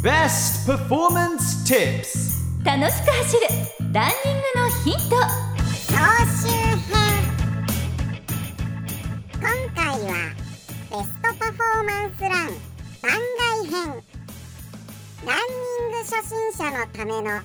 Best Performance Tips。 楽しく走るランニングのヒント総集編。今回はベストパフォーマンスラン番外編。ランニング初心者のための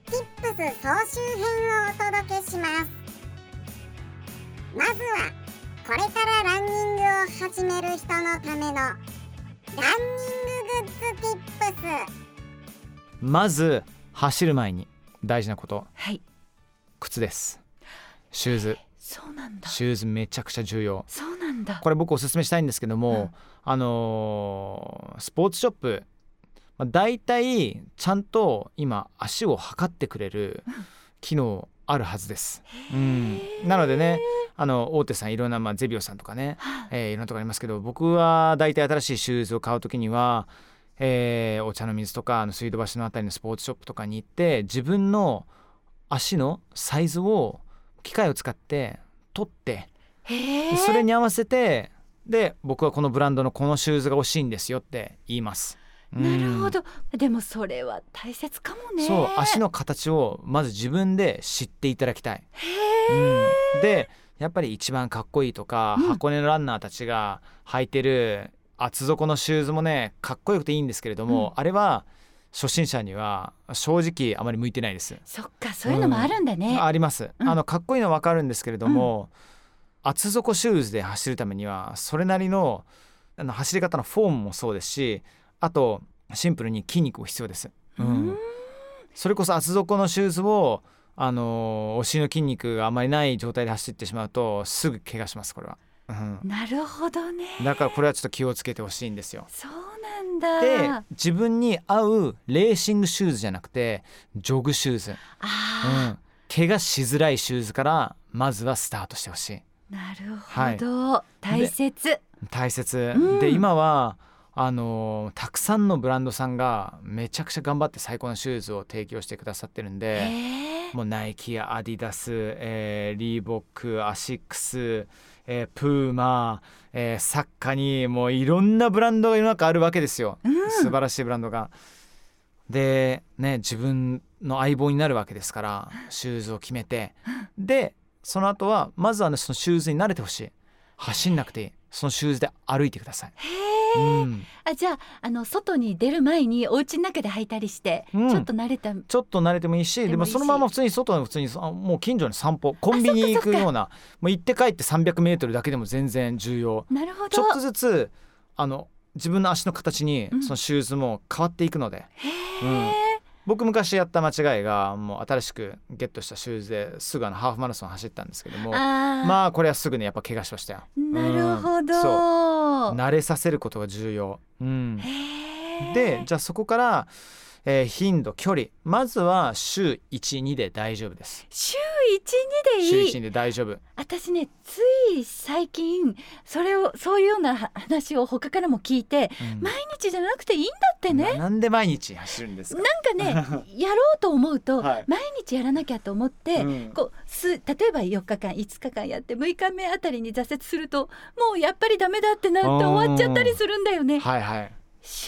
Tips 総集編をお届けします。まずはこれからランニングを始める人のためのランニンググッズ Tips。 まず走る前に大事なこと、 はい、 靴です。シューズ。 そうなんだ。 シューズめちゃくちゃ重要。 そうなんだ。 これ僕おすすめしたいんですけども、スポーツショップ、だいたいちゃんと今足を測ってくれる機能あるはずです、なのでね、大手さんいろんな、ゼビオさんとかね、いろんなとこありますけど、僕はだいたい新しいシューズを買うときには、お茶の水とか水道橋のあたりのスポーツショップとかに行って自分の足のサイズを機械を使って取って、それに合わせて、で僕はこのブランドのこのシューズが欲しいんですよって言います。 なるほど。でもそれは大切かもね。 そう、足の形をまず自分で知っていただきたい。でやっぱり一番かっこいいとか、箱根のランナーたちが履いてる厚底のシューズもね、かっこよくていいんですけれども、あれは初心者には正直あまり向いてないです。 そっか、そういうのもあるんだね。 あります、かっこいいのは分かるんですけれども、厚底シューズで走るためにはそれなりの走り方のフォームもそうですし、あとシンプルに筋肉も必要です、それこそ厚底のシューズをお尻の筋肉があまりない状態で走ってしまうとすぐ怪我します、これは。 なるほどね。 だからこれはちょっと気をつけてほしいんですよ。 そうなんだ。 で自分に合うレーシングシューズじゃなくてジョグシューズ、怪我しづらいシューズからまずはスタートしてほしい。 なるほど、大切で、今はたくさんのブランドさんがめちゃくちゃ頑張って最高のシューズを提供してくださってるんで、もうナイキやアディダス、リーボック、アシックス、プーマ、サッカにもういろんなブランドが世の中あるわけですよ、素晴らしいブランドが。でね、自分の相棒になるわけですから、シューズを決めて、でその後はまずはね、そのシューズに慣れてほしい。走んなくていい、そのシューズで歩いてください。 じゃあ、外に出る前にお家の中で履いたりして、ちょっと慣れてもいいし、 でもそのまま普通に外にもう近所に散歩、コンビニ行くような、もう行って帰って300メートルだけでも全然重要。 なるほど。 ちょっとずつ自分の足の形にそのシューズも変わっていくので、僕昔やった間違いが、もう新しくゲットしたシューズですぐハーフマラソン走ったんですけども、これはすぐねやっぱ怪我しましたよ。 なるほど、 そう慣れさせることが重要、でじゃあそこから、頻度、距離、まずは週 1,2 で大丈夫です。 週 1,2 でいい。 週 1,2 で大丈夫。 私ね、つい最近そういうような話を他からも聞いて、毎日じゃなくていいんだってね。 なんで毎日走るんですか？ なんかねやろうと思うと、毎日やらなきゃと思って、例えば4日間5日間やって6日目あたりに挫折すると、もうやっぱりダメだってなって終わっちゃったりするんだよね。週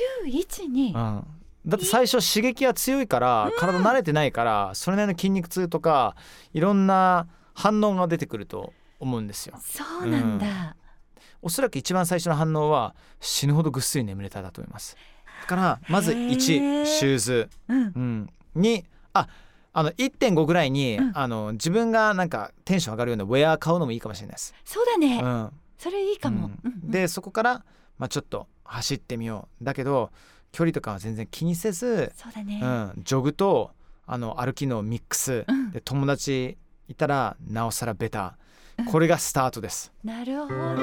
1,2、 だって最初刺激が強いから、体慣れてないから、それなりの筋肉痛とかいろんな反応が出てくると思うんですよ。 そうなんだ、 おそらく一番最初の反応は死ぬほどぐっすり眠れただと思います。だからまず1、シューズ、2、1.5 ぐらいに、自分がなんかテンション上がるようなウェア買うのもいいかもしれないです。 そうだね、それいいかも、 でそこから、ちょっと走ってみよう。だけど距離とかは全然気にせず、 そうだね、 ジョグと歩きのミックス、で友達いたらなおさらベター、これがスタートです。 なるほど。 他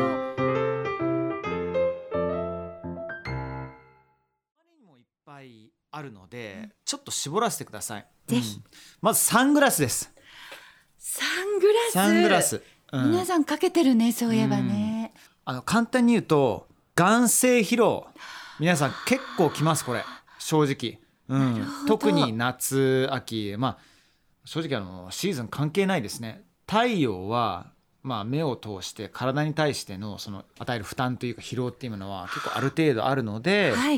にもいっぱいあるので、ちょっと絞らせてください。 ぜひ、 まずサングラスです。 サングラス、皆さんかけてるね、そういえばね。 簡単に言うと眼精疲労、皆さん結構きます、これ正直、特に夏秋、正直シーズン関係ないですね。太陽は目を通して体に対してのその与える負担というか疲労っていうのは結構ある程度あるので、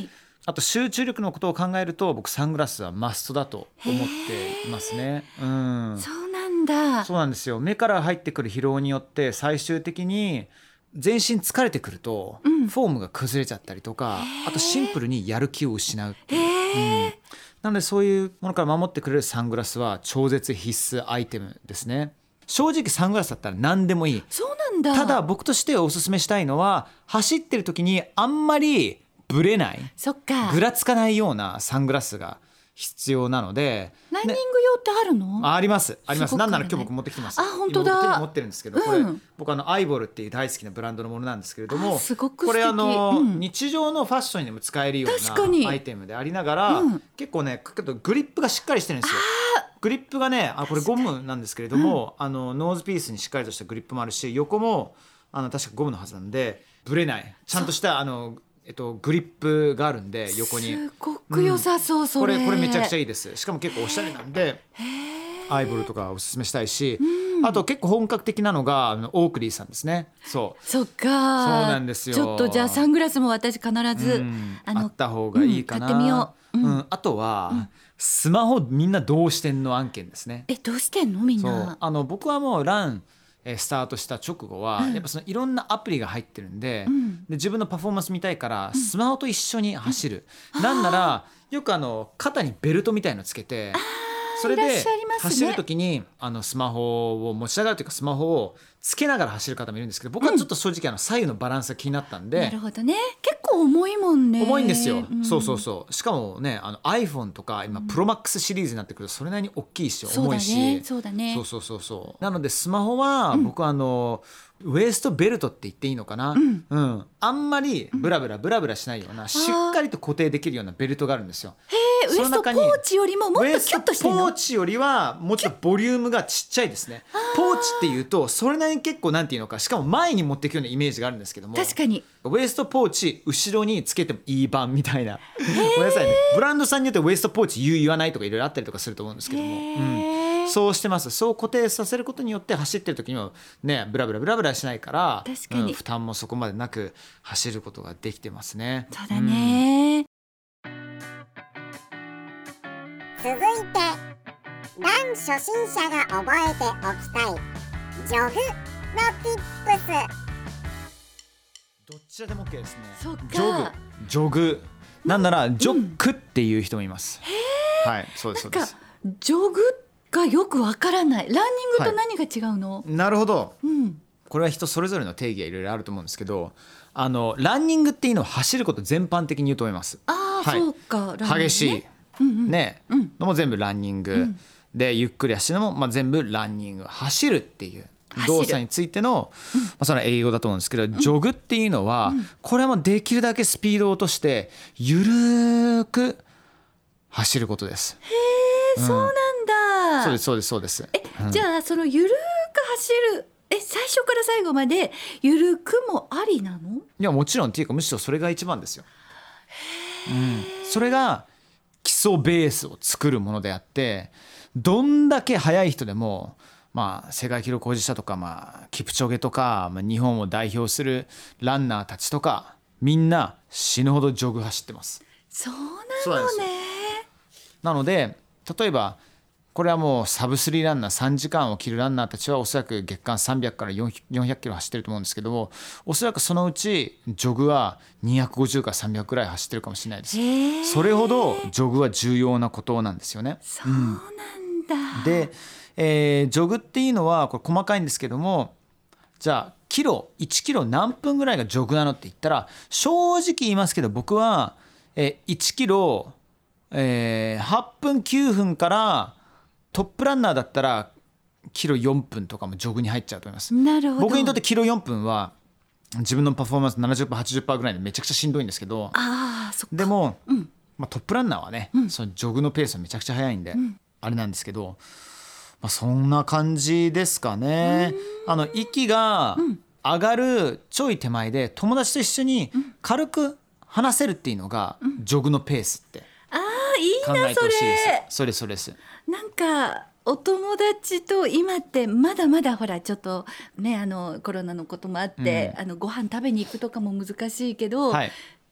あと集中力のことを考えると僕サングラスはマストだと思っていますね。 そうなんだ。 そうなんですよ。目から入ってくる疲労によって最終的に全身疲れてくると、フォームが崩れちゃったりとか、あとシンプルにやる気を失うっていう、なのでそういうものから守ってくれるサングラスは超絶必須アイテムですね。正直サングラスだったら何でもいい。 そうなんだ。 ただ僕としておすすめしたいのは走ってる時にあんまりブレない、 そっか、 ぐらつかないようなサングラスが必要なので。 ランニング用ってあるの？ ありますあります。 すごくあるね。 なんなら今日僕持ってきてます。 本当だ。 今僕手に持ってるんですけど、これ僕アイボルっていう大好きなブランドのものなんですけれども、 すごく素敵。 これ日常のファッションにも使えるようなアイテムでありながら、結構ねグリップがしっかりしてるんですよ。グリップがねこれゴムなんですけれども、ノーズピースにしっかりとしたグリップもあるし、横も確かゴムのはずなんでブレない、ちゃんとしたグリップがあるんで横にすごく良さそう、それこれめちゃくちゃいいです。しかも結構おしゃれなんでアイボルとかおすすめしたいし、あと結構本格的なのがオークリーさんですね。そっか、 そうなんですよ。 ちょっとじゃあサングラスも私必ず、 あった方がいいかな、 買ってみよう。 あとは、スマホみんなどうしてんの案件ですね。 どうしてんのみんな。 そう僕はもうランスタートした直後は、やっぱそのいろんなアプリが入ってるんで、で自分のパフォーマンス見たいからスマホと一緒に走る、なんならよく肩にベルトみたいのつけて、それで走る時にスマホを持ち上がるというかスマホをつけながら走る方もいるんですけど、僕はちょっと正直左右のバランスが気になったんで、 なるほどね。結構重いもんね。 重いんですよ、そうしかもねiPhone とか今プロマックスシリーズになってくるとそれなりに大きいし重いし、 そうだね。 そうなのでスマホは僕はウエストベルトって言っていいのかな、あんまりブラブラしないような、しっかりと固定できるようなベルトがあるんですよ。 ウエストポーチよりももっとキュッとしてるの？ ウエストポーチよりはもうちょっとボリュームがちっちゃいですね。ポーチっていうとそれなりに結構なんていうのか、しかも前に持っていくようなイメージがあるんですけども、 確かにウエストポーチ後ろにつけてもいい版みたいな、ごめんなさいね、ブランドさんによってウエストポーチ言わないとかいろいろあったりとかすると思うんですけども、そうしてます。そう固定させることによって走ってる時にもねブラブラしないから、 確かに、 負担もそこまでなく走ることができてますね。 そうだね、 続いてラン初心者が覚えておきたいジョグの Tips。 どっちでも OK ですね。 そっか、 ジョグなんならジョックっていう人もいます、はい、そうですそうです。 ジョグがよくわからない。ランニングと何が違うの？ なるほど、これは人それぞれの定義がいろいろあると思うんですけど、ランニングっていうのは走ること全般的に言うと思います。 そうか、 激しいのも全部ランニング、でゆっくり走るのも全部ランニング。走るっていう動作についての、その英語だと思うんですけど、ジョグっていうのは、これもできるだけスピードを落としてゆるーく走ることです。 そうなんだ。 そうです。 じゃあそのゆるーく走る、最初から最後までゆるくもありなの？ いやもちろんっていうかむしろそれが一番ですよ。それが基礎ベースを作るものであって、どんだけ速い人でも、世界記録保持者とか、キプチョゲとか、日本を代表するランナーたちとかみんな死ぬほどジョグ走ってます。 そうなのね。 なので例えばこれはもうサブ3ランナー3時間を切るランナーたちはおそらく月間300から400キロ走ってると思うんですけども、おそらくそのうちジョグは250から300くらい走ってるかもしれないです。それほどジョグは重要なことなんですよね。 そうなんだ。 で、ジョグっていうのはこれ細かいんですけども、じゃあ1キロ何分ぐらいがジョグなのって言ったら、正直言いますけど僕は1キロ8分9分からトップランナーだったらキロ4分とかもジョグに入っちゃうと思います。 なるほど。 僕にとってキロ4分は自分のパフォーマンス 70%、80% ぐらいでめちゃくちゃしんどいんですけど、 そっか。 でも、トップランナーはね、そのジョグのペースはめちゃくちゃ速いんで、あれなんですけど、そんな感じですかね。息が上がるちょい手前で友達と一緒に軽く話せるっていうのがジョグのペースって考えてほしいです。それです。 なんかお友達と今ってまだまだほらちょっとねコロナのこともあって、ご飯食べに行くとかも難しいけど、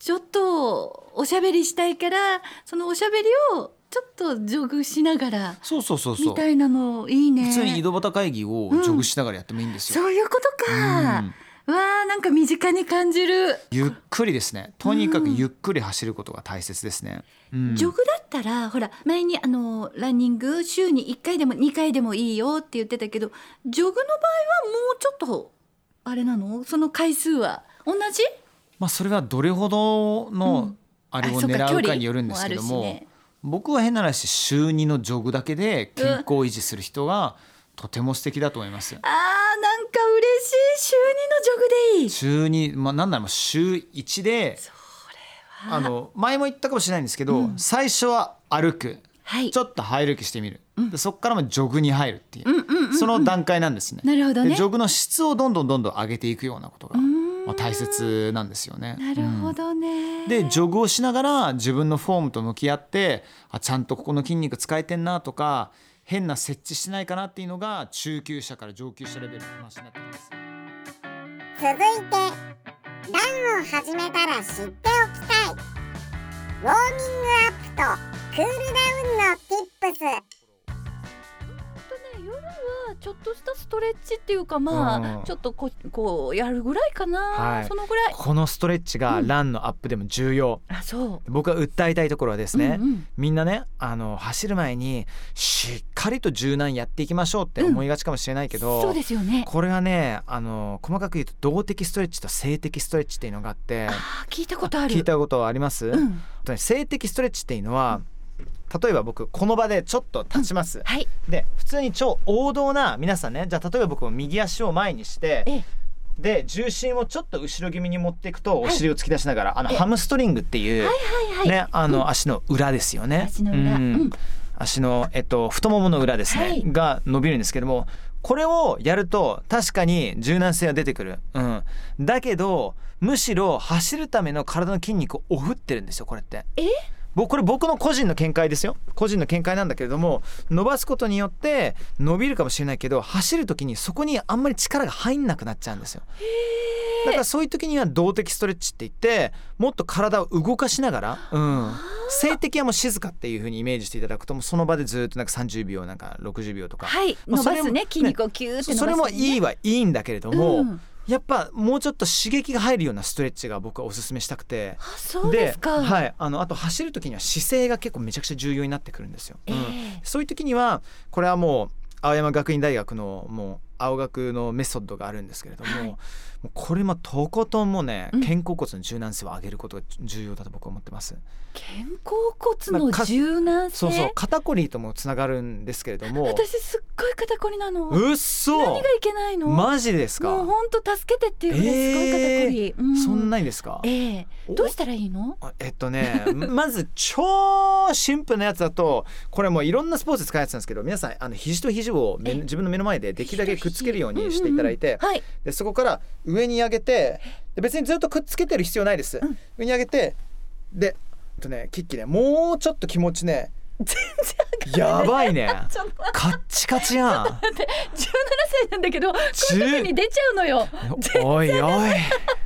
ちょっとおしゃべりしたいから、そのおしゃべりをちょっとジョグしながらみたいなのいいね。 普通に井戸端会議をジョグしながらやってもいいんですよ、 そういうことか、わあ、なんか身近に感じる。 ゆっくりですね。とにかくゆっくり走ることが大切ですね、 ジョグだったらほら前にランニング週に1回でも2回でもいいよって言ってたけど、ジョグの場合はもうちょっとあれなの？その回数は同じ？ それはどれほどのあれを狙うかによるんですけども、僕は変な話週2のジョグだけで健康を維持する人がとても素敵だと思います。 なんか嬉しい。週2のジョグでいい。 週2、なんなら週1で、それは前も言ったかもしれないんですけど、最初は歩く、ちょっと入る気してみる、でそこからもジョグに入るっていう、その段階なんですね。 なるほどね。 でジョグの質をどんどん上げていくようなことが大切なんですよね。 なるほどね。 でジョグをしながら自分のフォームと向き合って、ちゃんとここの筋肉使えてんなとか、変な設置してないかなっていうのが中級者から上級者レベルの話になってきます。 続いてランを始めたら知っておきたいウォーミングアップとクールダウンの Tips。 夜はちょっとしたストレッチっていうか、ちょっとこうやるぐらいかな、そのぐらい。 このストレッチがランのアップでも重要、 そう僕が訴えたいところはですね、みんなね走る前にしっかりと柔軟やっていきましょうって思いがちかもしれないけど、 そうですよね。 これはね細かく言うと動的ストレッチと静的ストレッチっていうのがあって、 聞いたことある。 聞いたことあります、静的ストレッチっていうのは、例えば僕この場でちょっと立ちます、で普通に超王道な、皆さんね、じゃあ例えば僕も右足を前にして、で重心をちょっと後ろ気味に持っていくと、お尻を突き出しながらハムストリングっていう、足の裏ですよね。 足の裏、 足の、太ももの裏ですね、が伸びるんですけども、これをやると確かに柔軟性は出てくる、だけどむしろ走るための体の筋肉をオフってるんですよ、これって。これ僕の個人の見解ですよ。個人の見解なんだけれども、伸ばすことによって伸びるかもしれないけど、走る時にそこにあんまり力が入んなくなっちゃうんですよ。だからそういう時には動的ストレッチって言って、もっと体を動かしながら、静的はもう静かっていう風にイメージしていただくと、もうその場でずっとなんか30秒なんか60秒とか、 伸ばすね、筋肉をキューって伸ばすね。 それもいいんだけれども、やっぱもうちょっと刺激が入るようなストレッチが僕はおすすめしたくて。 そうですか。 あと走る時には姿勢が結構めちゃくちゃ重要になってくるんですよ、そういう時にはこれはもう青山学院大学のもう青学のメソッドがあるんですけれども、もうこれもとことんもね、肩甲骨の柔軟性を上げることが重要だと僕は思ってます。 肩甲骨の柔軟性、 そう肩こりともつながるんですけれども、 私すっごい肩こりなの。 うっそ、 何がいけないの？ マジですか？ もう本当助けてっていうぐらいすごい肩こり、 そんないんですか？ どうしたらいいの？ まず超シンプルなやつだと、これもういろんなスポーツで使うやつなんですけど、皆さん肘と肘を自分の目の前でできるだけくっつけるようにしていただいて、でそこから上に上げて、で別にずっとくっつけてる必要ないです、上に上げて、でキッキね、もうちょっと気持ちね、 全然やばいね、カッチカチやん。 17歳なんだけど、こういう時に出ちゃうのよ。 おいおい、うまい、その言い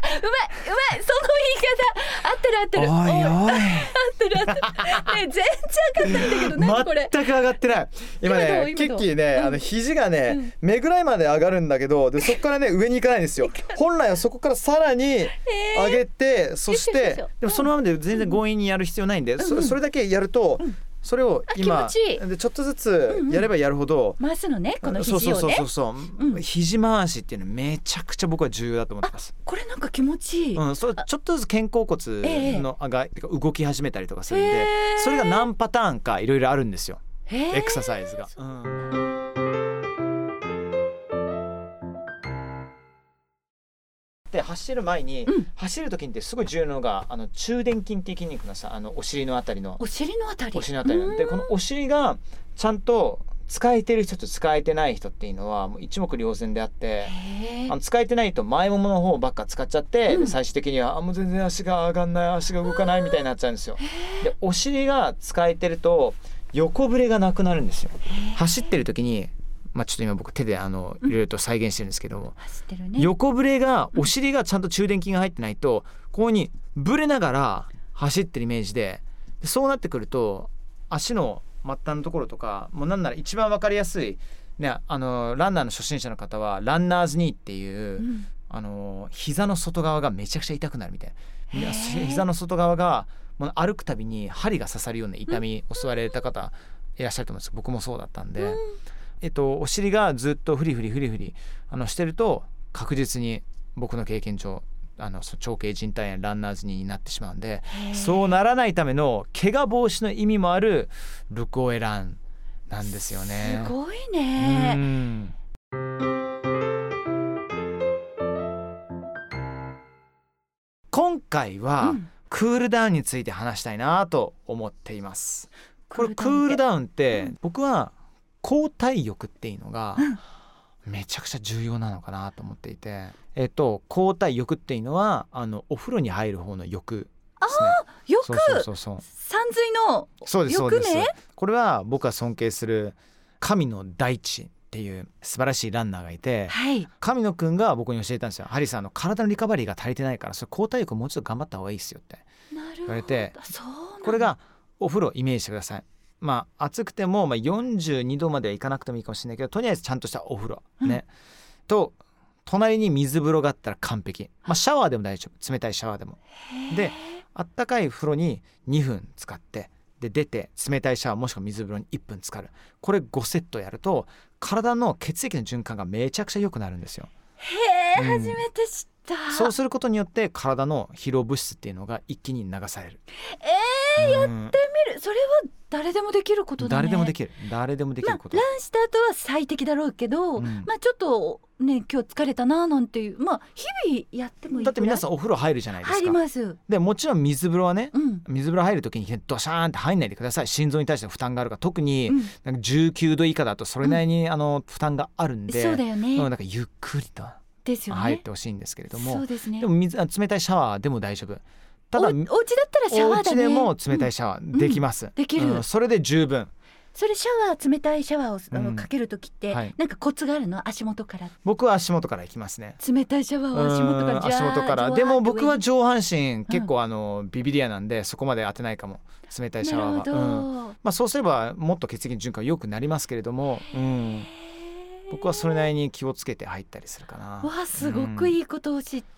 方合ってる。 おいおい、 合ってる全然上がんないんだけど、何これ。 全く上がってない。今ね、キッキーね、肘がね、目ぐらいまで上がるんだけど、でそこからね上に行かないんですよ。本来はそこからさらに上げて、そしてでもそのままで全然強引にやる必要ないんで、それだけやると、それを今でちょっとずつやればやるほど回すのね、この肘をね。 肘回しっていうのめちゃくちゃ僕は重要だと思ってます。 これなんか気持ちいい。 ちょっとずつ肩甲骨のが動き始めたりとかするんで、それが何パターンかいろいろあるんですよ、エクササイズが。で走る前に、走る時にってすごい重要なのが中殿筋っていう筋肉のさ、お尻のあたりので、このお尻がちゃんと使えてる人と使えてない人っていうのはもう一目瞭然であって、使えてないと前ももの方ばっか使っちゃって、最終的にはもう全然足が上がんない、足が動かないみたいになっちゃうんですよ。でお尻が使えてると横ブレがなくなるんですよ。走ってる時にちょっと今僕手でいろいろと再現してるんですけども、 走ってるね。 横ブレがお尻がちゃんと中殿筋が入ってないとここにブレながら走ってるイメージで、そうなってくると足の末端のところとか、もうなんなら一番分かりやすい、ね、ランナーの初心者の方はランナーズニーっていう、膝の外側がめちゃくちゃ痛くなるみたいな。膝の外側がもう歩くたびに針が刺さるような痛み襲われた方いらっしゃると思うんです。僕もそうだったんで、お尻がずっとフリフリしてると確実に僕の経験上長径靭帯炎ランナーズになってしまうんで、そうならないための怪我防止の意味もあるルクオエランなんですよね。 すごいね。 今回はクールダウンについて話したいなと思っています。これクールダウンって僕は交代浴っていうのがめちゃくちゃ重要なのかなと思っていて、交代浴っていうのはお風呂に入る方の浴ですね。 浴、 そう山水の浴ね。 これは僕が尊敬する神野大地っていう素晴らしいランナーがいて、神野くんが僕に教えたんですよ。ハリーさん体のリカバリーが足りてないから、それ交代浴もうちょっと頑張った方がいいですよって言われて、これがお風呂イメージしてください。暑くても42度まではいかなくてもいいかもしれないけど、とりあえずちゃんとしたお風呂ね、と隣に水風呂があったら完璧。シャワーでも大丈夫、冷たいシャワーでも。であったかい風呂に2分使ってで出て冷たいシャワーもしくは水風呂に1分浸かる。これ5セットやると体の血液の循環がめちゃくちゃ良くなるんですよ。 初めて知った。 そうすることによって体の疲労物質っていうのが一気に流される。 やってみる。それは誰でもできることだね。 誰でもできること。 ランした後は最適だろうけど、ちょっとね今日疲れたななんていう日々やってもいい。 だって皆さんお風呂入るじゃないですか。 入ります。 でもちろん水風呂はね、水風呂入るときにドシャーンって入んないでください。心臓に対して負担があるから、特になんか19度以下だとそれなりに負担があるんで、 そうだよね。 なんかゆっくりと入ってほしいんですけれども、 そうですね。 でも冷たいシャワーでも大丈夫。ただお家だったらシャワーだね。 お家でも冷たいシャワーできます。 できる。 それで十分。 それ冷たいシャワーをかけるときって、なんかコツがあるの？足元から。 僕は足元から行きますね。 冷たいシャワーを足元から足元から。でも僕は上半身結構ビビリアなんで、そこまで当てないかも。冷たいシャワーは。そうすればもっと血液の循環良くなりますけれども、僕はそれなりに気をつけて入ったりするかな。 すごくいいことを知った。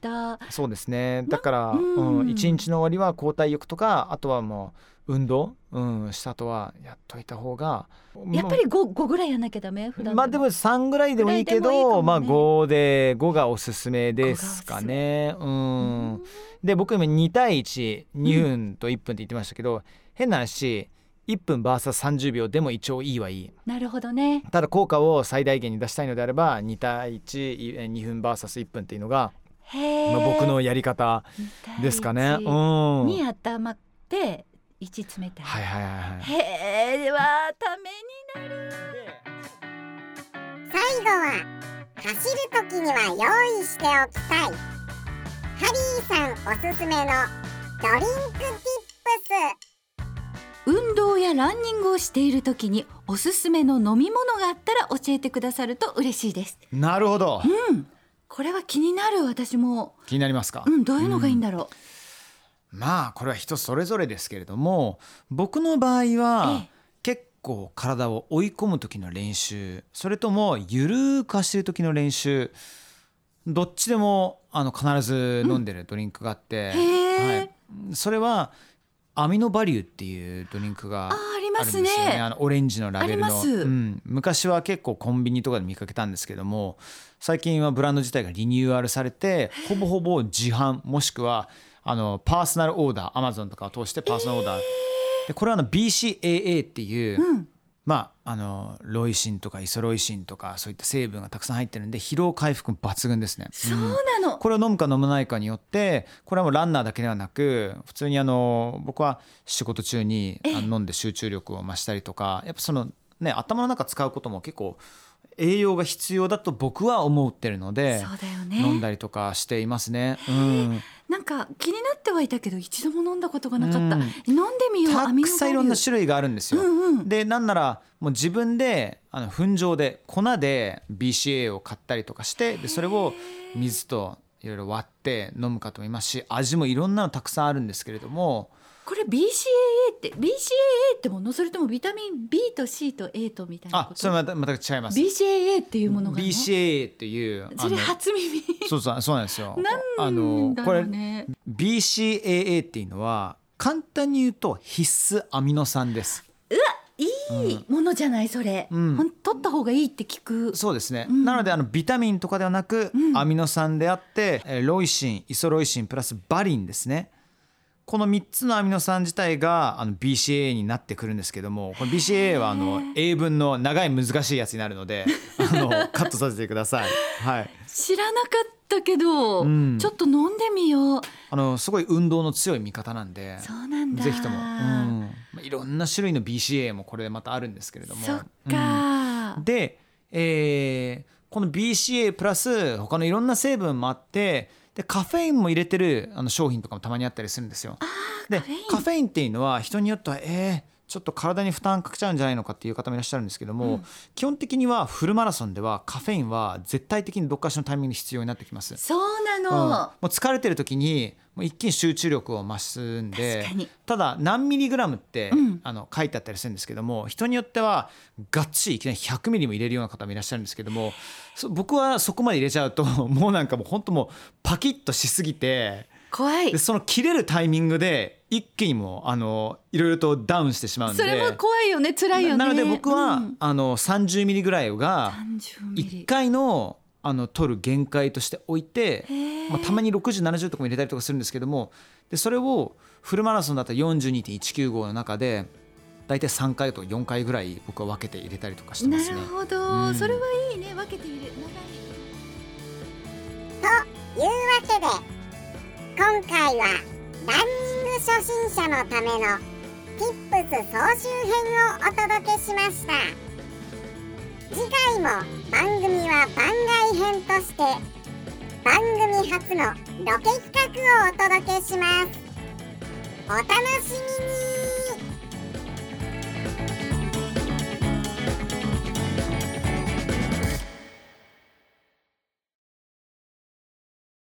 そうですね。だから一日の終わりは交代浴とか、あとはもう運動、した後はやっといた方が。 やっぱり 5ぐらいやんなきゃダメ？普段でも3ぐらいでもいいけど、5がおすすめですかね。で僕今2対1、2分と1分って言ってましたけど、変な話1分 vs30 秒でも一応いいはいい。 なるほどね。 ただ効果を最大限に出したいのであれば2対1、2分 vs1 分っていうのが僕のやり方ですかね。 に温まって1冷たい。ではためになる。 最後は走る時には用意しておきたいハリーさんおすすめのドリンクティップス。 運動やランニングをしている時におすすめの飲み物があったら教えてくださると嬉しいです。 なるほど。 これは気になる。私も気になりますか？ どういうのがいいんだろう。 これは人それぞれですけれども、僕の場合は結構体を追い込む時の練習、それともゆるく走る時の練習、どっちでも必ず飲んでるドリンクがあって、それはアミノバリューっていうドリンクがあるんですよね。オレンジのラベルの。昔は結構コンビニとかで見かけたんですけども、最近はブランド自体がリニューアルされて、ほぼほぼ自販もしくはパーソナルオーダー、アマゾンとかを通してパーソナルオーダー、でこれはBCAA っていう、ロイシンとかイソロイシンとかそういった成分がたくさん入ってるんで疲労回復抜群ですね。 そうなの。 これを飲むか飲まないかによって、これはもうランナーだけではなく普通に僕は仕事中に飲んで集中力を増したりとか、やっぱ頭の中使うことも結構栄養が必要だと僕は思ってるので、 そうだよね、 飲んだりとかしていますね。 なんか気になってはいたけど一度も飲んだことがなかった、飲んでみよう。 たくさんいろんな種類があるんですよ、でなんならもう自分で粉状で粉で BCAA を買ったりとかして、でそれを水といろいろ割って飲む方もいますし、味もいろんなのたくさんあるんですけれども、 これ BCAA ってもの、それともビタミン B と C と A とみたいなこと？ それはまた違います。 BCAA っていうものが、ね、 BCAA っていうそれ初耳。 そうなんですよ。 なんだろうね、 これ BCAA っていうのは簡単に言うと必須アミノ酸です。 いいものじゃないそれ、取った方がいいって聞く。 そうですね、なのでビタミンとかではなく、アミノ酸であって、ロイシン、イソロイシンプラスバリンですね。この3つのアミノ酸自体がBCAA になってくるんですけども、これ BCAA は英文の長い難しいやつになるのでカットさせてください。はい、 知らなかったけど、ちょっと飲んでみよう。 すごい運動の強い味方なんで、 そうなんだ、 ぜひとも、いろんな種類の BCAA もこれまたあるんですけれども、 そっか、 で、この BCAA プラス他のいろんな成分もあって、でカフェインも入れてる商品とかもたまにあったりするんですよ。でカフェインっていうのは人によってはちょっと体に負担かけちゃうんじゃないのかっていう方もいらっしゃるんですけども、基本的にはフルマラソンではカフェインは絶対的にどっかしらのタイミングで必要になってきます。 そうなの、 もう疲れてる時にもう一気に集中力を増すんで、 確かに。 ただ何ミリグラムって、書いてあったりするんですけども、人によってはがっちりいきなり100ミリも入れるような方もいらっしゃるんですけども、僕はそこまで入れちゃうともうなんかもう本当もうパキッとしすぎて怖い。 でその切れるタイミングで一気にもいろいろとダウンしてしまうんで、 それは怖いよね、辛いよね。 なので僕は、30ミリぐらいが1回の取る限界としておいて、たまに60、70とかも入れたりとかするんですけども、でそれをフルマラソンだったら 42.195 の中でだいたい3回と4回ぐらい僕は分けて入れたりとかしてますね。 なるほど、それはいいね、分けて入れる。 というわけで今回はランニング初心者のための Tips 総集編をお届けしました。次回も番組は番外編として番組初のロケ企画をお届けします。お楽しみに。